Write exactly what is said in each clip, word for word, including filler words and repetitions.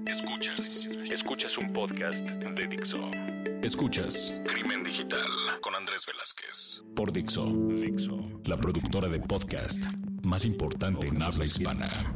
Escuchas, escuchas un podcast de Dixo. Escuchas Crimen Digital con Andrés Velázquez por Dixo, Dixo, la productora de podcast más importante en habla hispana.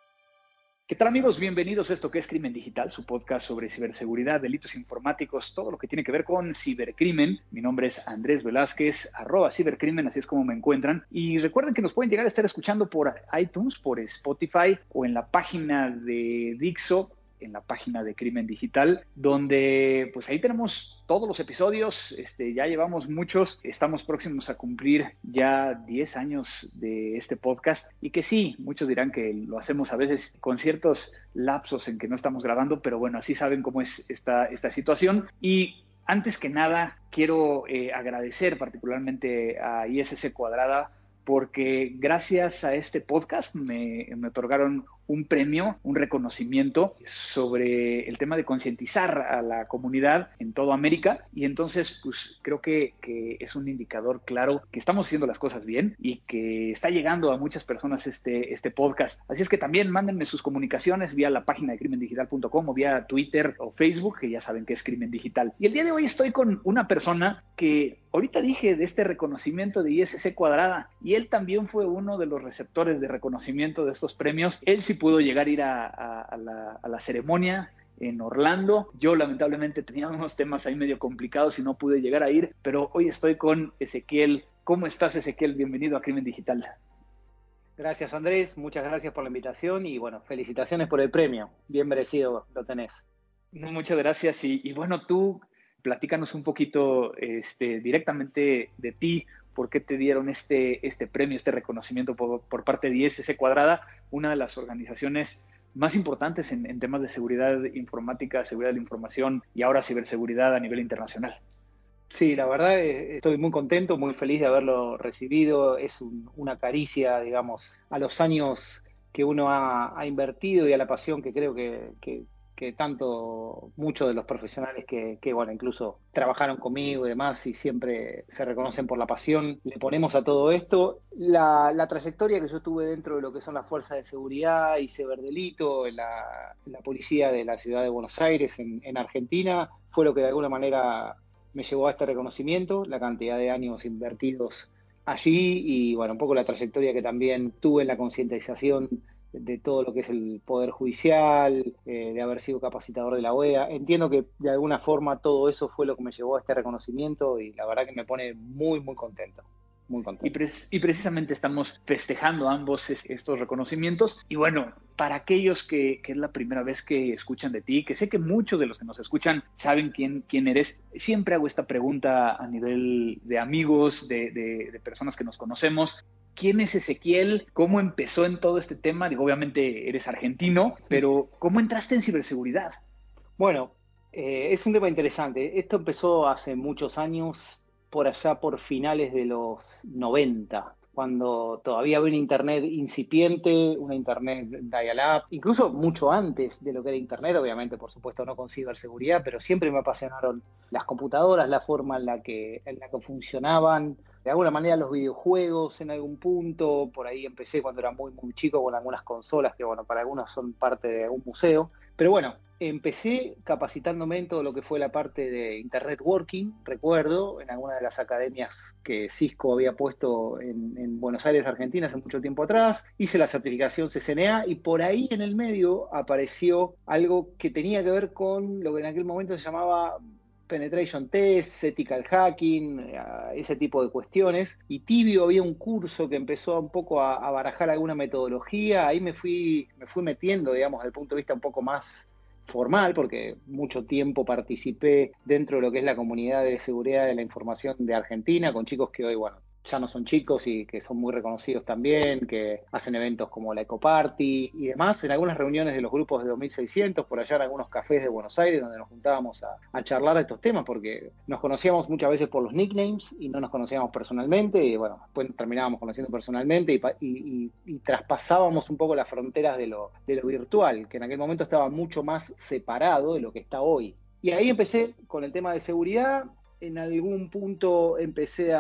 ¿Qué tal, amigos? Bienvenidos a esto que es Crimen Digital, su podcast sobre ciberseguridad, delitos informáticos, todo lo que tiene que ver con cibercrimen. Mi nombre es Andrés Velázquez, arroba cibercrimen, así es como me encuentran. Y recuerden que nos pueden llegar a estar escuchando por iTunes, por Spotify o en la página de Dixo, en la página de Crimen Digital, donde pues ahí tenemos todos los episodios, este, ya llevamos muchos, estamos próximos a cumplir ya diez años de este podcast y que sí, muchos dirán que lo hacemos a veces con ciertos lapsos en que no estamos grabando, pero bueno, así saben cómo es esta, esta situación. Y antes que nada, quiero eh, agradecer particularmente a I S C Cuadrada, porque gracias a este podcast me, me otorgaron un premio, un reconocimiento sobre el tema de concientizar a la comunidad en toda América, y entonces pues creo que, que es un indicador claro que estamos haciendo las cosas bien y que está llegando a muchas personas este, este podcast. Así es que también mándenme sus comunicaciones vía la página de crimen digital punto com o vía Twitter o Facebook, que ya saben que es Crimen Digital. Y el día de hoy estoy con una persona que ahorita dije de este reconocimiento de I S C Cuadrada, y él también fue uno de los receptores de reconocimiento de estos premios. Él sí pudo llegar a ir a, a, a, la, a la ceremonia en Orlando. Yo lamentablemente tenía unos temas ahí medio complicados y no pude llegar a ir, pero hoy estoy con Ezequiel. ¿Cómo estás, Ezequiel? Bienvenido a Crimen Digital. Gracias, Andrés, muchas gracias por la invitación y bueno, felicitaciones por el premio, bien merecido lo tenés. No, muchas gracias y, y bueno, tú platícanos un poquito este, directamente de ti. ¿Por qué te dieron este, este premio, este reconocimiento por, por parte de I S C Cuadrada, una de las organizaciones más importantes en, en temas de seguridad informática, seguridad de la información y ahora ciberseguridad a nivel internacional? Sí, la verdad estoy muy contento, muy feliz de haberlo recibido. Es un, una caricia, digamos, a los años que uno ha, ha invertido y a la pasión que creo que, que, que tanto muchos de los profesionales que, que, bueno, incluso trabajaron conmigo y demás y siempre se reconocen por la pasión, le ponemos a todo esto. La, la trayectoria que yo tuve dentro de lo que son las fuerzas de seguridad y ciberdelito en la, en la policía de la ciudad de Buenos Aires, en, en Argentina, fue lo que de alguna manera me llevó a este reconocimiento, la cantidad de años invertidos allí y, bueno, un poco la trayectoria que también tuve en la concientización de todo lo que es el Poder Judicial, eh, de haber sido capacitador de la O E A. Entiendo que de alguna forma todo eso fue lo que me llevó a este reconocimiento y la verdad que me pone muy, muy contento. Muy contento. Y, pre y precisamente estamos festejando ambos es estos reconocimientos. Y bueno, para aquellos que, que es la primera vez que escuchan de ti, que sé que muchos de los que nos escuchan saben quién, quién eres, siempre hago esta pregunta a nivel de amigos, de, de, de personas que nos conocemos. ¿Quién es Ezequiel? ¿Cómo empezó en todo este tema? Digo, obviamente eres argentino, pero ¿cómo entraste en ciberseguridad? Bueno, eh, es un tema interesante. Esto empezó hace muchos años, por allá por finales de los noventa, cuando todavía había un internet incipiente, una internet dial-up, incluso mucho antes de lo que era internet, obviamente, por supuesto, no con ciberseguridad, pero siempre me apasionaron las computadoras, la forma en la que, en la que funcionaban, de alguna manera los videojuegos en algún punto. Por ahí empecé cuando era muy, muy chico con algunas consolas que, bueno, para algunos son parte de un museo. Pero bueno, empecé capacitándome en todo lo que fue la parte de Internet Working, recuerdo, en alguna de las academias que Cisco había puesto en, en Buenos Aires, Argentina, hace mucho tiempo atrás. Hice la certificación C C N A y por ahí en el medio apareció algo que tenía que ver con lo que en aquel momento se llamaba penetration test, ethical hacking, ese tipo de cuestiones. Y Tibio había un curso que empezó un poco a, a barajar alguna metodología. Ahí me fui, me fui metiendo, digamos, desde el punto de vista un poco más formal, porque mucho tiempo participé dentro de lo que es la comunidad de seguridad de la información de Argentina, con chicos que hoy, bueno, ya no son chicos y que son muy reconocidos también, que hacen eventos como la Eco Party y demás, en algunas reuniones de los grupos de dos mil seiscientos, por allá en algunos cafés de Buenos Aires, donde nos juntábamos a, a charlar de estos temas, porque nos conocíamos muchas veces por los nicknames y no nos conocíamos personalmente, y bueno, después terminábamos conociendo personalmente y, y, y, y traspasábamos un poco las fronteras de lo, de lo virtual, que en aquel momento estaba mucho más separado de lo que está hoy. Y ahí empecé con el tema de seguridad. En algún punto empecé a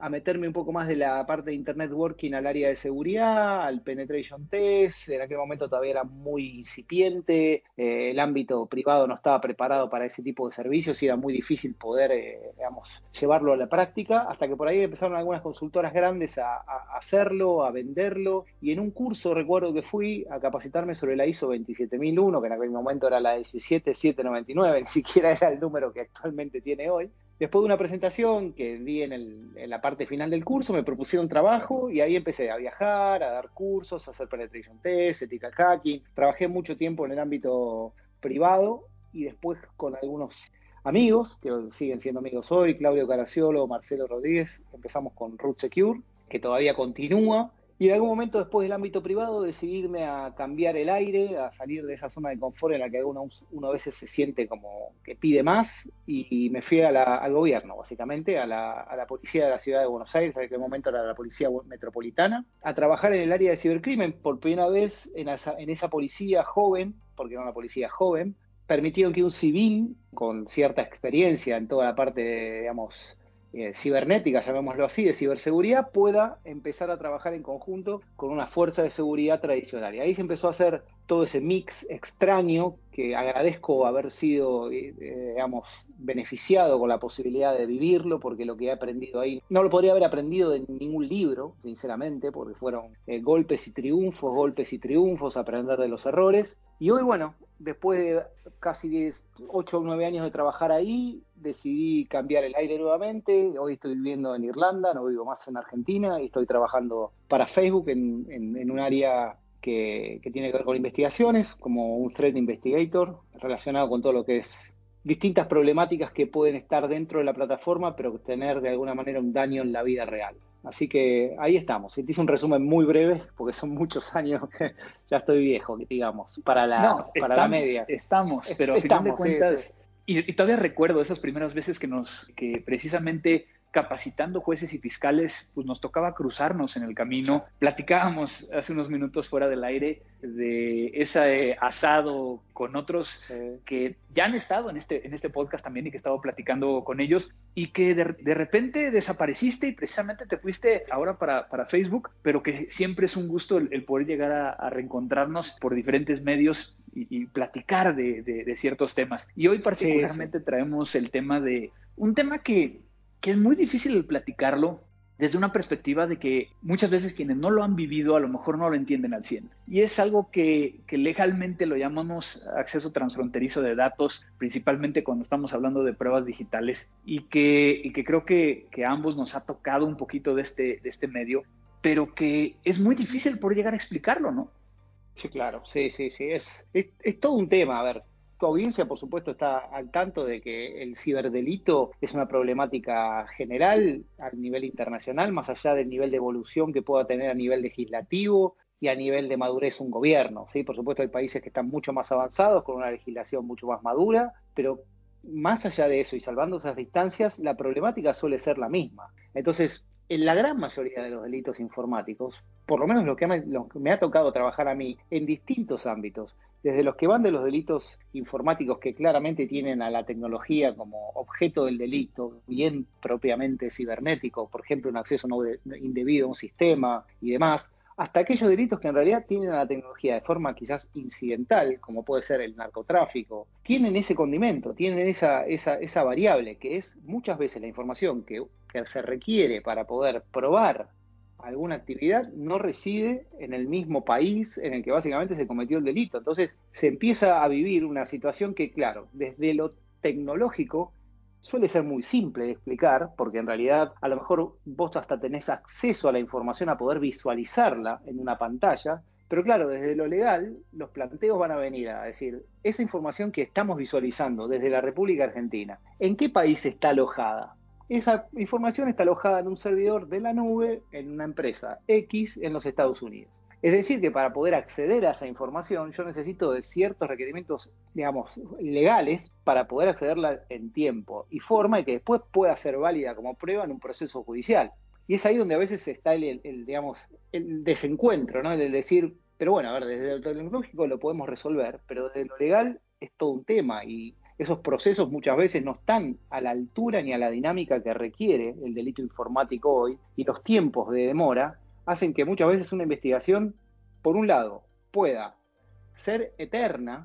a meterme un poco más de la parte de Internet Working al área de seguridad, al Penetration Test. En aquel momento todavía era muy incipiente, eh, el ámbito privado no estaba preparado para ese tipo de servicios y era muy difícil poder, eh, digamos, llevarlo a la práctica, hasta que por ahí empezaron algunas consultoras grandes a, a hacerlo, a venderlo, y en un curso recuerdo que fui a capacitarme sobre la ISO veintisiete mil uno, que en aquel momento era la diecisiete mil setecientos noventa y nueve, ni siquiera era el número que actualmente tiene hoy. Después de una presentación que di en, el, en la parte final del curso, me propusieron trabajo y ahí empecé a viajar, a dar cursos, a hacer penetration test, ethical hacking. Trabajé mucho tiempo en el ámbito privado y después con algunos amigos, que siguen siendo amigos hoy, Claudio Caraciolo, Marcelo Rodríguez, empezamos con Root Secure, que todavía continúa. Y en algún momento después del ámbito privado decidirme a cambiar el aire, a salir de esa zona de confort en la que uno, uno a veces se siente como que pide más, y, y me fui a la, al gobierno, básicamente, a la, a la policía de la ciudad de Buenos Aires, en aquel momento era la policía metropolitana, a trabajar en el área de cibercrimen por primera vez en esa, en esa policía joven, porque era una policía joven. Permitieron que un civil con cierta experiencia en toda la parte, de, digamos, Eh, cibernética, llamémoslo así, de ciberseguridad, pueda empezar a trabajar en conjunto con una fuerza de seguridad tradicional. Y ahí se empezó a hacer todo ese mix extraño que agradezco haber sido, eh, digamos, beneficiado con la posibilidad de vivirlo, porque lo que he aprendido ahí no lo podría haber aprendido de ningún libro, sinceramente, porque fueron eh, golpes y triunfos, golpes y triunfos, aprender de los errores. Y hoy, bueno, después de casi diez, ocho o nueve años de trabajar ahí, decidí cambiar el aire nuevamente. Hoy estoy viviendo en Irlanda, no vivo más en Argentina, y estoy trabajando para Facebook en, en, en un área que, que tiene que ver con investigaciones, como un Threat Investigator, relacionado con todo lo que es distintas problemáticas que pueden estar dentro de la plataforma, pero tener de alguna manera un daño en la vida real. Así que ahí estamos. Y te hice un resumen muy breve, porque son muchos años, ya estoy viejo, digamos, para la, No, para estamos, la media. Estamos, pero a estamos, final de cuentas, sí, sí. Y, y todavía recuerdo esas primeras veces que nos, que precisamente capacitando jueces y fiscales, pues nos tocaba cruzarnos en el camino. Platicábamos hace unos minutos fuera del aire de ese asado con otros sí. que ya han estado en este, en este podcast también y que he estado platicando con ellos, y que de, de repente desapareciste y precisamente te fuiste ahora para, para Facebook, pero que siempre es un gusto el, el poder llegar a, a reencontrarnos por diferentes medios y, y platicar de, de, de ciertos temas. Y hoy particularmente sí, sí. traemos el tema de, un tema que que es muy difícil platicarlo desde una perspectiva de que muchas veces quienes no lo han vivido a lo mejor no lo entienden al cien. Y es algo que, que legalmente lo llamamos acceso transfronterizo de datos, principalmente cuando estamos hablando de pruebas digitales, y que, y que creo que, que a ambos nos ha tocado un poquito de este, de este medio, pero que es muy difícil poder llegar a explicarlo, ¿no? Sí, claro, sí, sí, sí, es, es, es todo un tema. A ver, tu audiencia, por supuesto, está al tanto de que el ciberdelito es una problemática general a nivel internacional, más allá del nivel de evolución que pueda tener a nivel legislativo y a nivel de madurez un gobierno, ¿sí? Por supuesto, hay países que están mucho más avanzados, con una legislación mucho más madura, pero más allá de eso y salvando esas distancias, la problemática suele ser la misma. Entonces, en la gran mayoría de los delitos informáticos, por lo menos lo que me, lo que me ha tocado trabajar a mí en distintos ámbitos, desde los que van de los delitos informáticos que claramente tienen a la tecnología como objeto del delito, bien propiamente cibernético, por ejemplo, un acceso no indebido a un sistema y demás, hasta aquellos delitos que en realidad tienen a la tecnología de forma quizás incidental, como puede ser el narcotráfico, tienen ese condimento, tienen esa, esa, esa variable, que es muchas veces la información que, que se requiere para poder probar alguna actividad no reside en el mismo país en el que básicamente se cometió el delito. Entonces se empieza a vivir una situación que, claro, desde lo tecnológico suele ser muy simple de explicar, porque en realidad a lo mejor vos hasta tenés acceso a la información a poder visualizarla en una pantalla, pero claro, desde lo legal los planteos van a venir a decir, esa información que estamos visualizando desde la República Argentina, ¿en qué país está alojada? Esa información está alojada en un servidor de la nube en una empresa X en los Estados Unidos. Es decir, que para poder acceder a esa información yo necesito de ciertos requerimientos, digamos, legales para poder accederla en tiempo y forma y que después pueda ser válida como prueba en un proceso judicial. Y es ahí donde a veces está el, el, el digamos, el desencuentro, ¿no? El decir, pero bueno, a ver, desde lo tecnológico lo podemos resolver, pero desde lo legal es todo un tema y esos procesos muchas veces no están a la altura ni a la dinámica que requiere el delito informático hoy, y los tiempos de demora hacen que muchas veces una investigación, por un lado, pueda ser eterna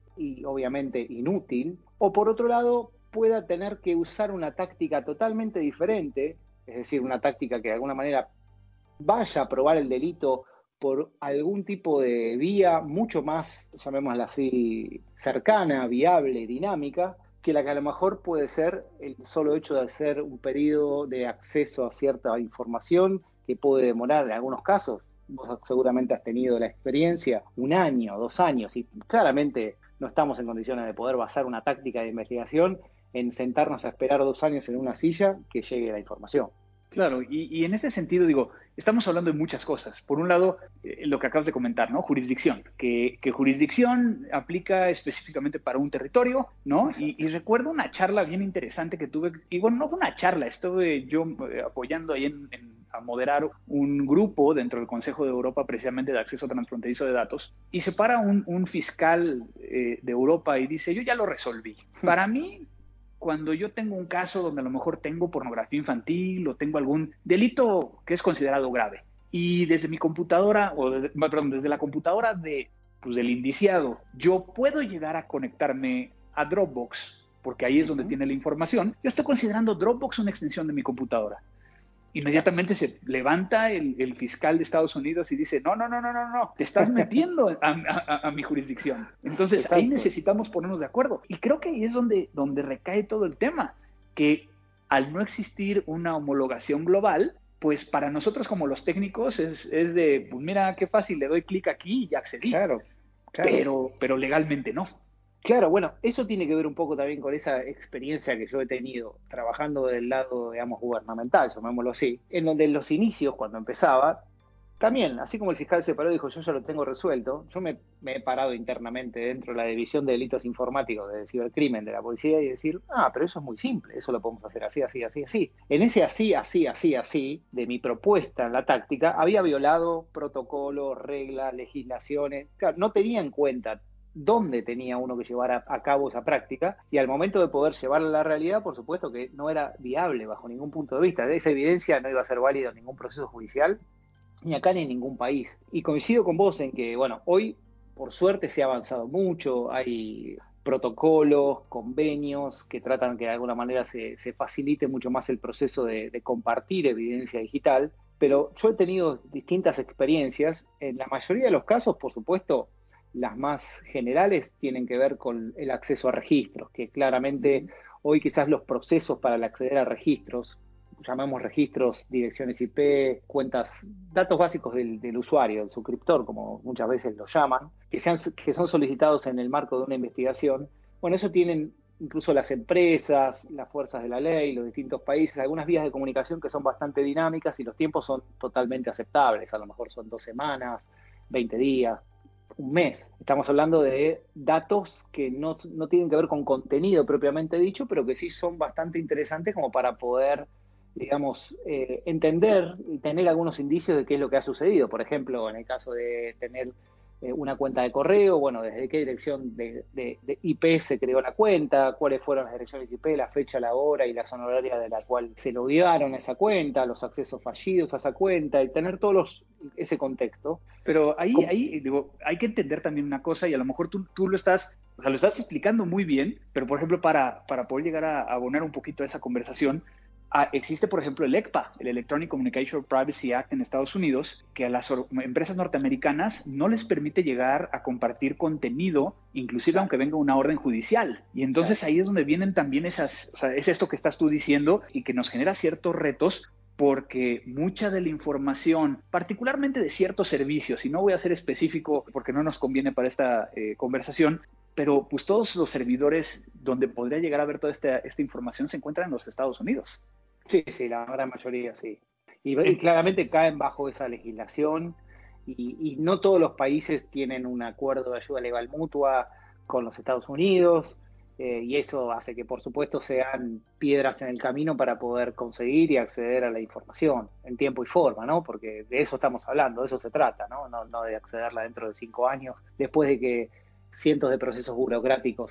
y obviamente inútil, o por otro lado, pueda tener que usar una táctica totalmente diferente, es decir, una táctica que de alguna manera vaya a probar el delito por algún tipo de vía mucho más, llamémosla así, cercana, viable, dinámica, que la que a lo mejor puede ser el solo hecho de hacer un periodo de acceso a cierta información que puede demorar en algunos casos. Vos seguramente has tenido la experiencia, un año, dos años, y claramente no estamos en condiciones de poder basar una táctica de investigación en sentarnos a esperar dos años en una silla que llegue la información. Claro, y, y en ese sentido, digo, estamos hablando de muchas cosas. Por un lado, eh, lo que acabas de comentar, ¿no? Jurisdicción, que, que jurisdicción aplica específicamente para un territorio, ¿no? Y, y recuerdo una charla bien interesante que tuve, y bueno, no fue una charla, estuve yo eh, apoyando ahí en, en, a moderar un grupo dentro del Consejo de Europa precisamente de acceso transfronterizo de datos, y se para un, un fiscal eh, de Europa y dice, yo ya lo resolví. Para mí, cuando yo tengo un caso donde a lo mejor tengo pornografía infantil o tengo algún delito que es considerado grave, y desde mi computadora, o desde, perdón, desde la computadora de, pues, del indiciado, yo puedo llegar a conectarme a Dropbox, porque ahí es donde uh-huh. tiene la información, yo estoy considerando Dropbox una extensión de mi computadora. Inmediatamente se levanta el, el fiscal de Estados Unidos y dice, no, no, no, no, no, no, te estás metiendo a, a, a mi jurisdicción. Entonces, exacto, ahí necesitamos ponernos de acuerdo. Y creo que ahí es donde, donde recae todo el tema, que al no existir una homologación global, pues para nosotros como los técnicos es, es de, pues mira, qué fácil, le doy clic aquí y ya accedí. Claro, claro. Pero, pero legalmente no. Claro, bueno, eso tiene que ver un poco también con esa experiencia que yo he tenido trabajando del lado, digamos, gubernamental, llamémoslo así, en donde en los inicios, cuando empezaba, también, así como el fiscal se paró y dijo, yo ya lo tengo resuelto, yo me, me he parado internamente dentro de la División de Delitos Informáticos de Cibercrimen de la Policía y decir, ah, pero eso es muy simple, eso lo podemos hacer así, así, así, así. En ese así, así, así, así, de mi propuesta en la táctica, había violado protocolos, reglas, legislaciones, claro, no tenía en cuenta dónde tenía uno que llevar a, a cabo esa práctica, y al momento de poder llevarla a la realidad, por supuesto que no era viable bajo ningún punto de vista. Esa evidencia no iba a ser válida en ningún proceso judicial, ni acá ni en ningún país. Y coincido con vos en que, bueno, hoy por suerte se ha avanzado mucho, hay protocolos, convenios que tratan que de alguna manera se, se facilite mucho más el proceso de, de compartir evidencia digital, pero yo he tenido distintas experiencias. En la mayoría de los casos, por supuesto, las más generales tienen que ver con el acceso a registros, que claramente hoy quizás los procesos para el acceder a registros, llamamos registros, direcciones I P, cuentas, datos básicos del, del usuario, del suscriptor, como muchas veces lo llaman, que, sean, que son solicitados en el marco de una investigación. Bueno, eso tienen incluso las empresas, las fuerzas de la ley, los distintos países, algunas vías de comunicación que son bastante dinámicas y los tiempos son totalmente aceptables. A lo mejor son dos semanas, veinte días, un mes. Estamos hablando de datos que no, no tienen que ver con contenido propiamente dicho, pero que sí son bastante interesantes como para poder, digamos, eh, entender y tener algunos indicios de qué es lo que ha sucedido. Por ejemplo, en el caso de tener eh, una cuenta de correo, bueno, desde qué dirección de, de, de I P se creó la cuenta, cuáles fueron las direcciones I P, la fecha, la hora y la zona horaria de la cual se loguearon a esa cuenta, los accesos fallidos a esa cuenta, y tener todos los, ese contexto. Pero ahí, ahí digo, hay que entender también una cosa, y a lo mejor tú, tú lo estás, o sea, lo estás explicando muy bien, pero por ejemplo, para, para poder llegar a abonar un poquito a esa conversación, ah, existe, por ejemplo, el E C P A, el Electronic Communication Privacy Act en Estados Unidos, que a las empresas norteamericanas no les permite llegar a compartir contenido, inclusive aunque venga una orden judicial. Y entonces ahí es donde vienen también esas, o sea, es esto que estás tú diciendo y que nos genera ciertos retos, porque mucha de la información, particularmente de ciertos servicios, y no voy a ser específico porque no nos conviene para esta eh, conversación, pero pues todos los servidores donde podría llegar a ver toda esta, esta información se encuentran en los Estados Unidos. Sí, sí, la gran mayoría sí. Y, y claramente caen bajo esa legislación, y, y no todos los países tienen un acuerdo de ayuda legal mutua con los Estados Unidos. Eh, y eso hace que, por supuesto, sean piedras en el camino para poder conseguir y acceder a la información en tiempo y forma, ¿no? Porque de eso estamos hablando, de eso se trata, ¿no? No, no de accederla dentro de cinco años, después de que cientos de procesos burocráticos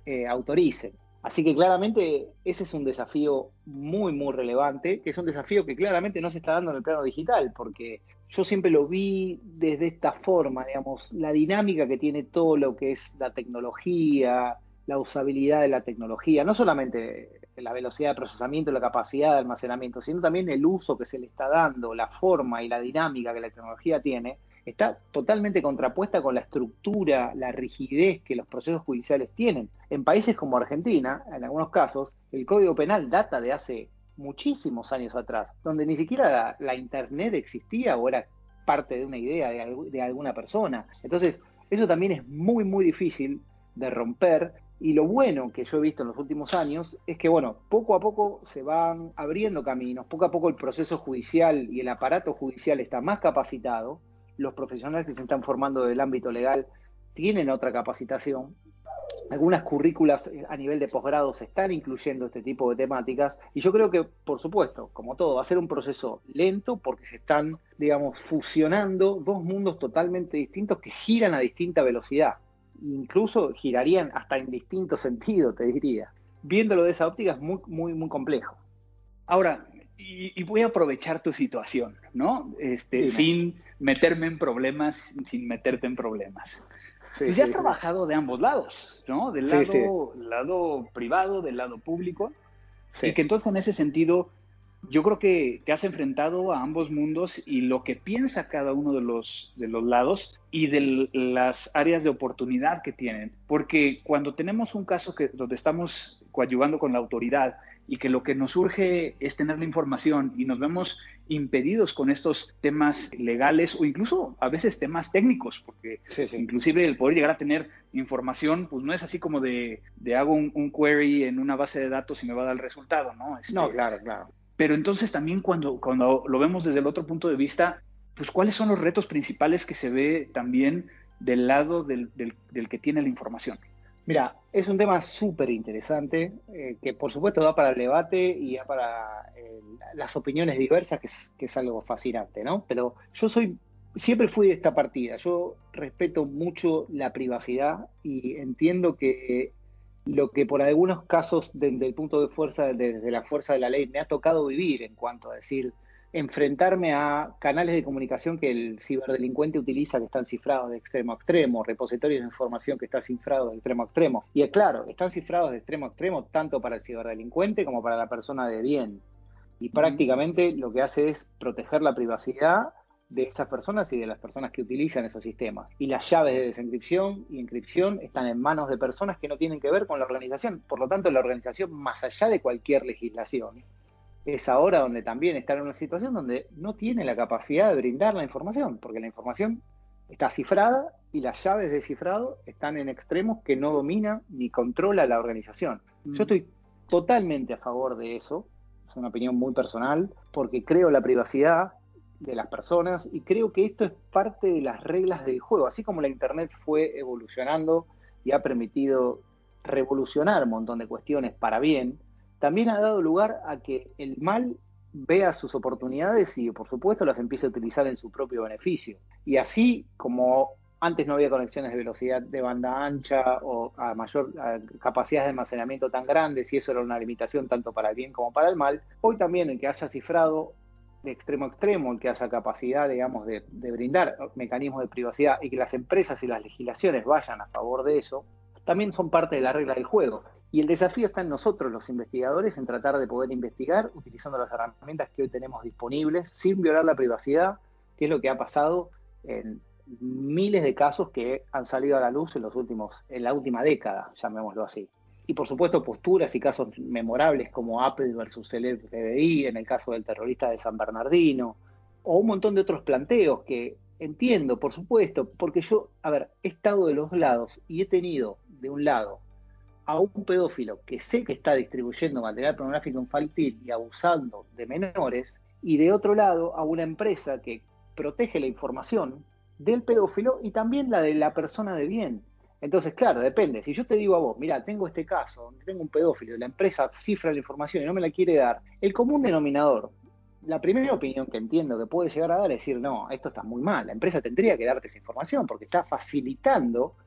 eh, autoricen. Así que claramente ese es un desafío muy, muy relevante, que es un desafío que claramente no se está dando en el plano digital, porque yo siempre lo vi desde esta forma, digamos, la dinámica que tiene todo lo que es la tecnología, la usabilidad de la tecnología, no solamente la velocidad de procesamiento, la capacidad de almacenamiento, sino también el uso que se le está dando, la forma y la dinámica que la tecnología tiene, está totalmente contrapuesta con la estructura, la rigidez que los procesos judiciales tienen. En países como Argentina, en algunos casos, el Código Penal data de hace muchísimos años atrás, donde ni siquiera la, la Internet existía o era parte de una idea de, de alguna persona. Entonces, eso también es muy, muy difícil de romper. Y lo bueno que yo he visto en los últimos años es que, bueno, poco a poco se van abriendo caminos, poco a poco el proceso judicial y el aparato judicial está más capacitado, los profesionales que se están formando del ámbito legal tienen otra capacitación, algunas currículas a nivel de posgrado se están incluyendo este tipo de temáticas, y yo creo que, por supuesto, como todo, va a ser un proceso lento porque se están, digamos, fusionando dos mundos totalmente distintos que giran a distinta velocidad. Incluso girarían hasta en distinto sentido, te diría. Viéndolo de esa óptica es muy, muy, muy complejo. Ahora, y, y voy a aprovechar tu situación, ¿no? Este, sin meterme en problemas, sin meterte en problemas. Sí, pues ya sí, has trabajado de ambos lados, ¿no? Del lado, sí, sí. lado privado, del lado público. Sí. Y que entonces en ese sentido, yo creo que te has enfrentado a ambos mundos y lo que piensa cada uno de los, de los lados y de las áreas de oportunidad que tienen. Porque cuando tenemos un caso que, donde estamos coadyuvando con la autoridad y que lo que nos urge es tener la información y nos vemos impedidos con estos temas legales o incluso a veces temas técnicos, porque sí, sí. inclusive el poder llegar a tener información, pues no es así como de, de hago un, un query en una base de datos y me va a dar el resultado, ¿no? Este, no, claro, claro. Pero entonces también cuando, cuando lo vemos desde el otro punto de vista, pues ¿cuáles son los retos principales que se ve también del lado del, del, del que tiene la información? Mira, es un tema súper interesante, eh, que por supuesto da para el debate y da para eh, las opiniones diversas, que es, que es algo fascinante, ¿no? Pero yo soy, siempre fui de esta partida, yo respeto mucho la privacidad y entiendo que lo que por algunos casos desde el punto de fuerza, desde la fuerza de la ley, me ha tocado vivir en cuanto a decir, enfrentarme a canales de comunicación que el ciberdelincuente utiliza que están cifrados de extremo a extremo, repositorios de información que están cifrados de extremo a extremo. Y claro, están cifrados de extremo a extremo tanto para el ciberdelincuente como para la persona de bien. Y prácticamente lo que hace es proteger la privacidad de esas personas y de las personas que utilizan esos sistemas. Y las llaves de desencripción y encripción están en manos de personas que no tienen que ver con la organización. Por lo tanto, la organización, más allá de cualquier legislación, es ahora donde también está en una situación donde no tiene la capacidad de brindar la información, porque la información está cifrada y las llaves de cifrado están en extremos que no domina ni controla la organización. Mm. Yo estoy totalmente a favor de eso, es una opinión muy personal, porque creo la privacidad de las personas y creo que esto es parte de las reglas del juego, así como la Internet fue evolucionando y ha permitido revolucionar un montón de cuestiones para bien, también ha dado lugar a que el mal vea sus oportunidades y, por supuesto, las empiece a utilizar en su propio beneficio. Y así como antes no había conexiones de velocidad de banda ancha o a mayor a capacidad de almacenamiento tan grandes, y eso era una limitación tanto para el bien como para el mal, hoy también el que haya cifrado de extremo a extremo, el que haya capacidad, digamos, de, de brindar mecanismos de privacidad y que las empresas y las legislaciones vayan a favor de eso, también son parte de la regla del juego. Y el desafío está en nosotros, los investigadores, en tratar de poder investigar utilizando las herramientas que hoy tenemos disponibles, sin violar la privacidad, que es lo que ha pasado en miles de casos que han salido a la luz en los últimos, en la última década, llamémoslo así. Y por supuesto posturas y casos memorables como Apple versus el F B I, en el caso del terrorista de San Bernardino, o un montón de otros planteos que entiendo, por supuesto, porque yo, a ver, he estado de los lados y he tenido de un lado a un pedófilo que sé que está distribuyendo material pornográfico infantil y abusando de menores, y de otro lado a una empresa que protege la información del pedófilo y también la de la persona de bien. Entonces, claro, depende. Si yo te digo a vos, mira, tengo este caso donde tengo un pedófilo y la empresa cifra la información y no me la quiere dar, el común denominador, la primera opinión que entiendo que puede llegar a dar es decir, no, esto está muy mal, la empresa tendría que darte esa información porque está facilitando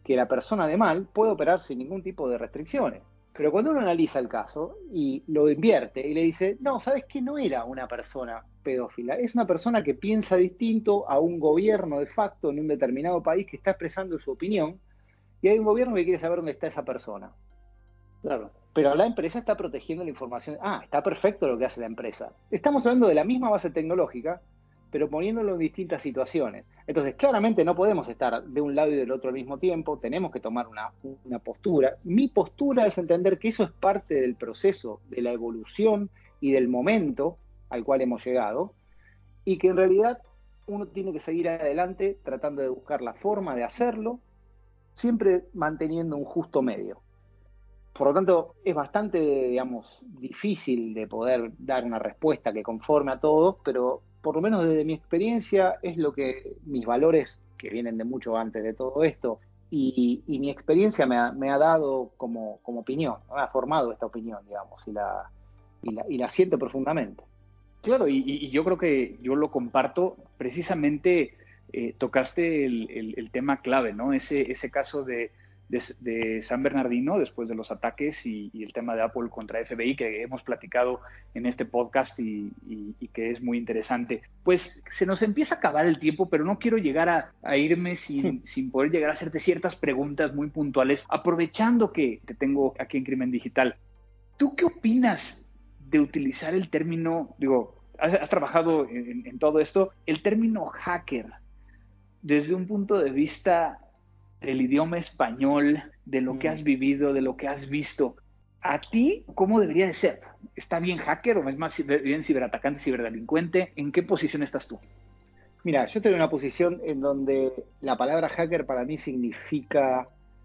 que la persona de mal puede operar sin ningún tipo de restricciones. Pero cuando uno analiza el caso y lo invierte y le dice, no, ¿sabes qué? No era una persona pedófila, es una persona que piensa distinto a un gobierno de facto en un determinado país que está expresando su opinión, y hay un gobierno que quiere saber dónde está esa persona. Claro. Pero la empresa está protegiendo la información. Ah, está perfecto lo que hace la empresa. Estamos hablando de la misma base tecnológica, pero poniéndolo en distintas situaciones. Entonces, claramente no podemos estar de un lado y del otro al mismo tiempo, tenemos que tomar una, una postura. Mi postura es entender que eso es parte del proceso, de la evolución y del momento al cual hemos llegado, y que en realidad uno tiene que seguir adelante tratando de buscar la forma de hacerlo, siempre manteniendo un justo medio. Por lo tanto, es bastante, digamos, difícil de poder dar una respuesta que conforme a todos, pero por lo menos desde mi experiencia es lo que mis valores, que vienen de mucho antes de todo esto, y, y mi experiencia me ha, me ha dado como, como opinión, me ha formado esta opinión, digamos, y la, y la, y la siento profundamente. Claro, y, y yo creo que yo lo comparto. Precisamente eh, tocaste el, el, el tema clave, ¿no? Ese, ese caso de, de, de San Bernardino después de los ataques y, y el tema de Apple contra F B I que hemos platicado en este podcast y, y, y que es muy interesante. Pues se nos empieza a acabar el tiempo, pero no quiero llegar a, a irme sin, sin poder llegar a hacerte ciertas preguntas muy puntuales, aprovechando que te tengo aquí en Crimen Digital. ¿Tú qué opinas de utilizar el término, digo, has, has trabajado en, en todo esto, el término hacker, desde un punto de vista del idioma español, de lo que has vivido, de lo que has visto? ¿A ti cómo debería de ser? ¿Está bien hacker o es más bien ciberatacante, ciberdelincuente? ¿En qué posición estás tú? Mira, yo estoy en una posición en donde la palabra hacker para mí significa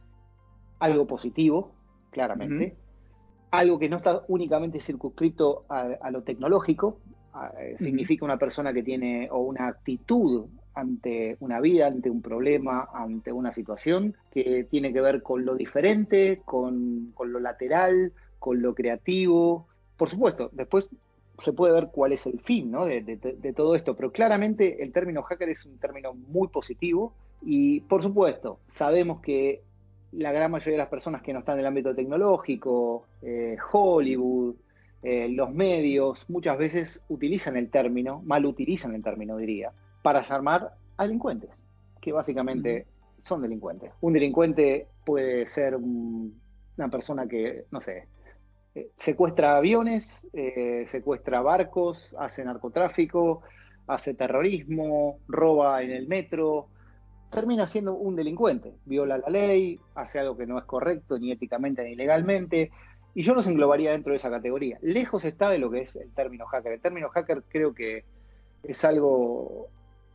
algo positivo, claramente. Uh-huh. Algo que no está únicamente circunscrito a, a lo tecnológico, a, uh-huh. Significa una persona que tiene o una actitud ante una vida, ante un problema, ante una situación que tiene que ver con lo diferente, con, con lo lateral, con lo creativo. Por supuesto, después se puede ver cuál es el fin, ¿no? de, de, de todo esto, pero claramente el término hacker es un término muy positivo y, por supuesto, sabemos que la gran mayoría de las personas que no están en el ámbito tecnológico, eh, Hollywood, eh, los medios, muchas veces utilizan el término, mal utilizan el término, diría, para llamar a delincuentes, que básicamente uh-huh. son delincuentes. Un delincuente puede ser un, una persona que, no sé, eh, secuestra aviones, eh, secuestra barcos, hace narcotráfico, hace terrorismo, roba en el metro. Termina siendo un delincuente, viola la ley, hace algo que no es correcto ni éticamente ni legalmente, y yo los englobaría dentro de esa categoría. Lejos está de lo que es el término hacker. El término hacker creo que es algo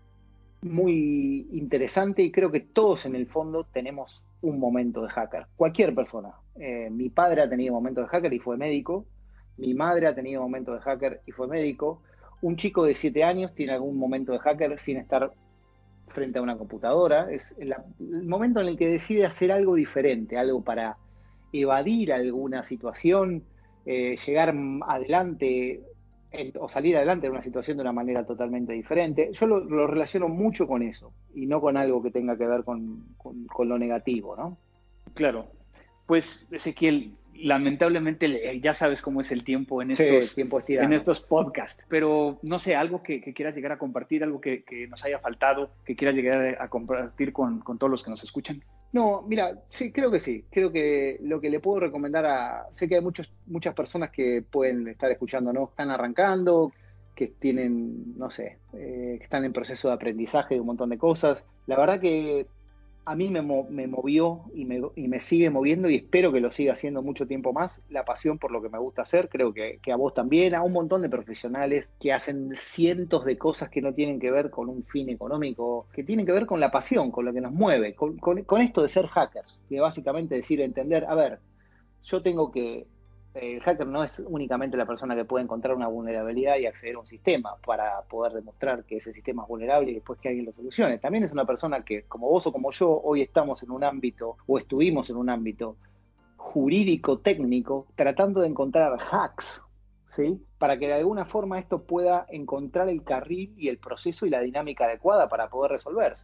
muy interesante y creo que todos en el fondo tenemos un momento de hacker. Cualquier persona. Eh, mi padre ha tenido momentos de hacker y fue médico, mi madre ha tenido momentos de hacker y fue médico, un chico de siete años tiene algún momento de hacker sin estar frente a una computadora, es la, el momento en el que decide hacer algo diferente, algo para evadir alguna situación, eh, llegar adelante eh, o salir adelante de una situación de una manera totalmente diferente. Yo lo, lo relaciono mucho con eso y no con algo que tenga que ver con, con, con lo negativo, ¿no? Claro. Pues, Ezequiel, lamentablemente ya sabes cómo es el tiempo en estos, sí, tiempo en estos podcasts, pero no sé, algo que, que quieras llegar a compartir, algo que, que nos haya faltado, que quieras llegar a compartir con, con todos los que nos escuchan. No, mira, sí, creo que sí. Creo que lo que le puedo recomendar a... Sé que hay muchos, muchas personas que pueden estar escuchando, ¿no? Están arrancando, que tienen, no sé, eh, que están en proceso de aprendizaje de un montón de cosas. La verdad que a mí me, me movió y me, y me sigue moviendo y espero que lo siga haciendo mucho tiempo más, la pasión por lo que me gusta hacer. Creo que, que a vos también, a un montón de profesionales que hacen cientos de cosas que no tienen que ver con un fin económico, que tienen que ver con la pasión, con lo que nos mueve, con, con, con esto de ser hackers, que básicamente decir, entender, a ver, yo tengo que... El hacker no es únicamente la persona que puede encontrar una vulnerabilidad y acceder a un sistema para poder demostrar que ese sistema es vulnerable y después que alguien lo solucione. También es una persona que, como vos o como yo, hoy estamos en un ámbito o estuvimos en un ámbito jurídico, técnico, tratando de encontrar hacks, ¿sí? Para que de alguna forma esto pueda encontrar el carril y el proceso y la dinámica adecuada para poder resolverse.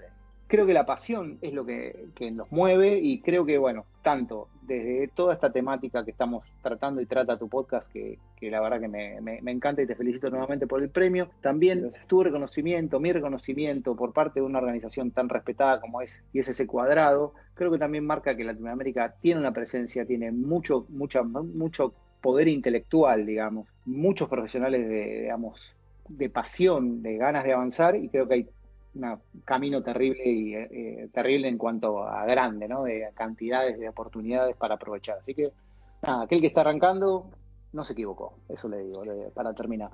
creo que la pasión es lo que, que nos mueve y creo que, bueno, tanto desde toda esta temática que estamos tratando y trata tu podcast, que, que la verdad que me, me, me encanta y te felicito nuevamente por el premio, también tu reconocimiento, mi reconocimiento por parte de una organización tan respetada como es I S S Cuadrado, creo que también marca que Latinoamérica tiene una presencia, tiene mucho, mucha, mucho poder intelectual, digamos, muchos profesionales de, digamos, de pasión, de ganas de avanzar, y creo que hay un camino terrible y eh, terrible en cuanto a grande, ¿no? De cantidades de oportunidades para aprovechar. Así que, nada, aquel que está arrancando no se equivocó, eso le digo, le, para terminar.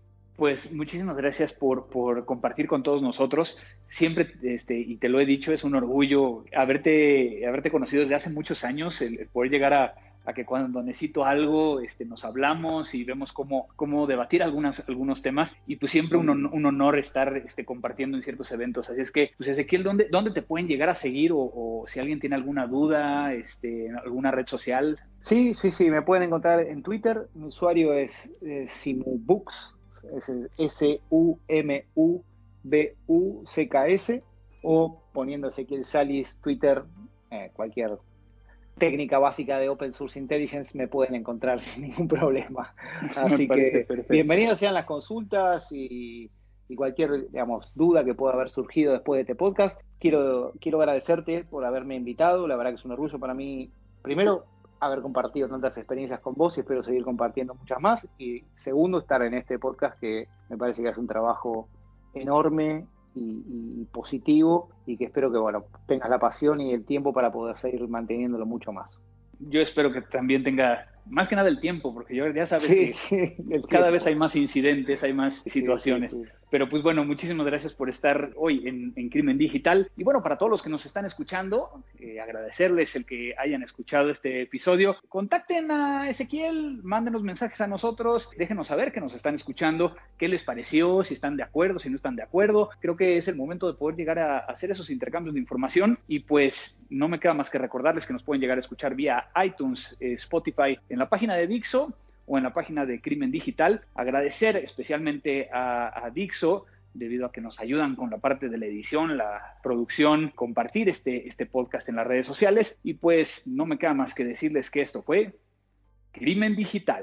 Pues muchísimas gracias por, por compartir con todos nosotros. Siempre, este, y te lo he dicho, es un orgullo haberte, haberte conocido desde hace muchos años, el, el poder llegar a, a que cuando necesito algo este, nos hablamos y vemos cómo, cómo debatir algunas, algunos temas, y pues siempre un, un honor estar este, compartiendo en ciertos eventos. Así es que, pues Ezequiel, ¿dónde, dónde te pueden llegar a seguir? O, o si alguien tiene alguna duda, este, en alguna red social. Sí, sí, sí, me pueden encontrar en Twitter. Mi usuario es eh, SimuBooks, es S U M U B U C K S, o poniendo Ezequiel Salis Twitter, eh, cualquier técnica básica de Open Source Intelligence me pueden encontrar sin ningún problema. Así que perfecto. Bienvenidos sean las consultas y, y cualquier, digamos, duda que pueda haber surgido después de este podcast. Quiero, quiero agradecerte por haberme invitado. La verdad que es un orgullo para mí, primero, haber compartido tantas experiencias con vos, y espero seguir compartiendo muchas más. Y segundo, estar en este podcast que me parece que hace un trabajo enorme y, y positivo, y que espero que, bueno, tengas la pasión y el tiempo para poder seguir manteniéndolo mucho más. Yo espero que también tenga más que nada el tiempo, porque yo ya sabes sí, que sí, cada vez hay más incidentes, hay más sí, situaciones. Sí, sí. Pero pues bueno, muchísimas gracias por estar hoy en, en Crimen Digital. Y bueno, para todos los que nos están escuchando, eh, agradecerles el que hayan escuchado este episodio. Contacten a Ezequiel, mándenos mensajes a nosotros, déjenos saber que nos están escuchando, qué les pareció, si están de acuerdo, si no están de acuerdo. Creo que es el momento de poder llegar a hacer esos intercambios de información, y pues no me queda más que recordarles que nos pueden llegar a escuchar vía iTunes, eh, Spotify, en la página de Dixo o en la página de Crimen Digital. Agradecer especialmente a, a Dixo, debido a que nos ayudan con la parte de la edición, la producción, compartir este, este podcast en las redes sociales. Y pues no me queda más que decirles que esto fue Crimen Digital.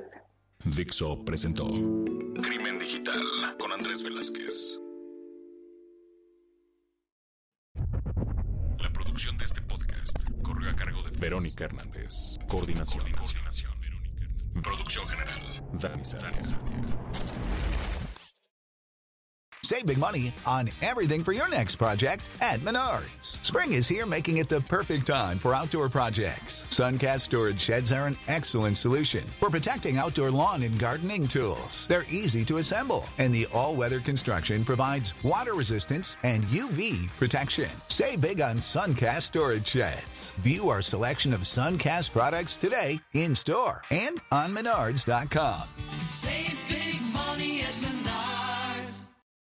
Dixo presentó Crimen Digital con Andrés Velázquez. La producción de este podcast corrió a cargo de Verónica Hernández. Coordinación. Coordinación. Producción general. Dani Sánchez. Save big money on everything for your next project at Menards. Spring is here, making it the perfect time for outdoor projects. Suncast storage sheds are an excellent solution for protecting outdoor lawn and gardening tools. They're easy to assemble, and the all-weather construction provides water resistance and U V protection. Save big on Suncast storage sheds. View our selection of Suncast products today in store and on menards dot com. Save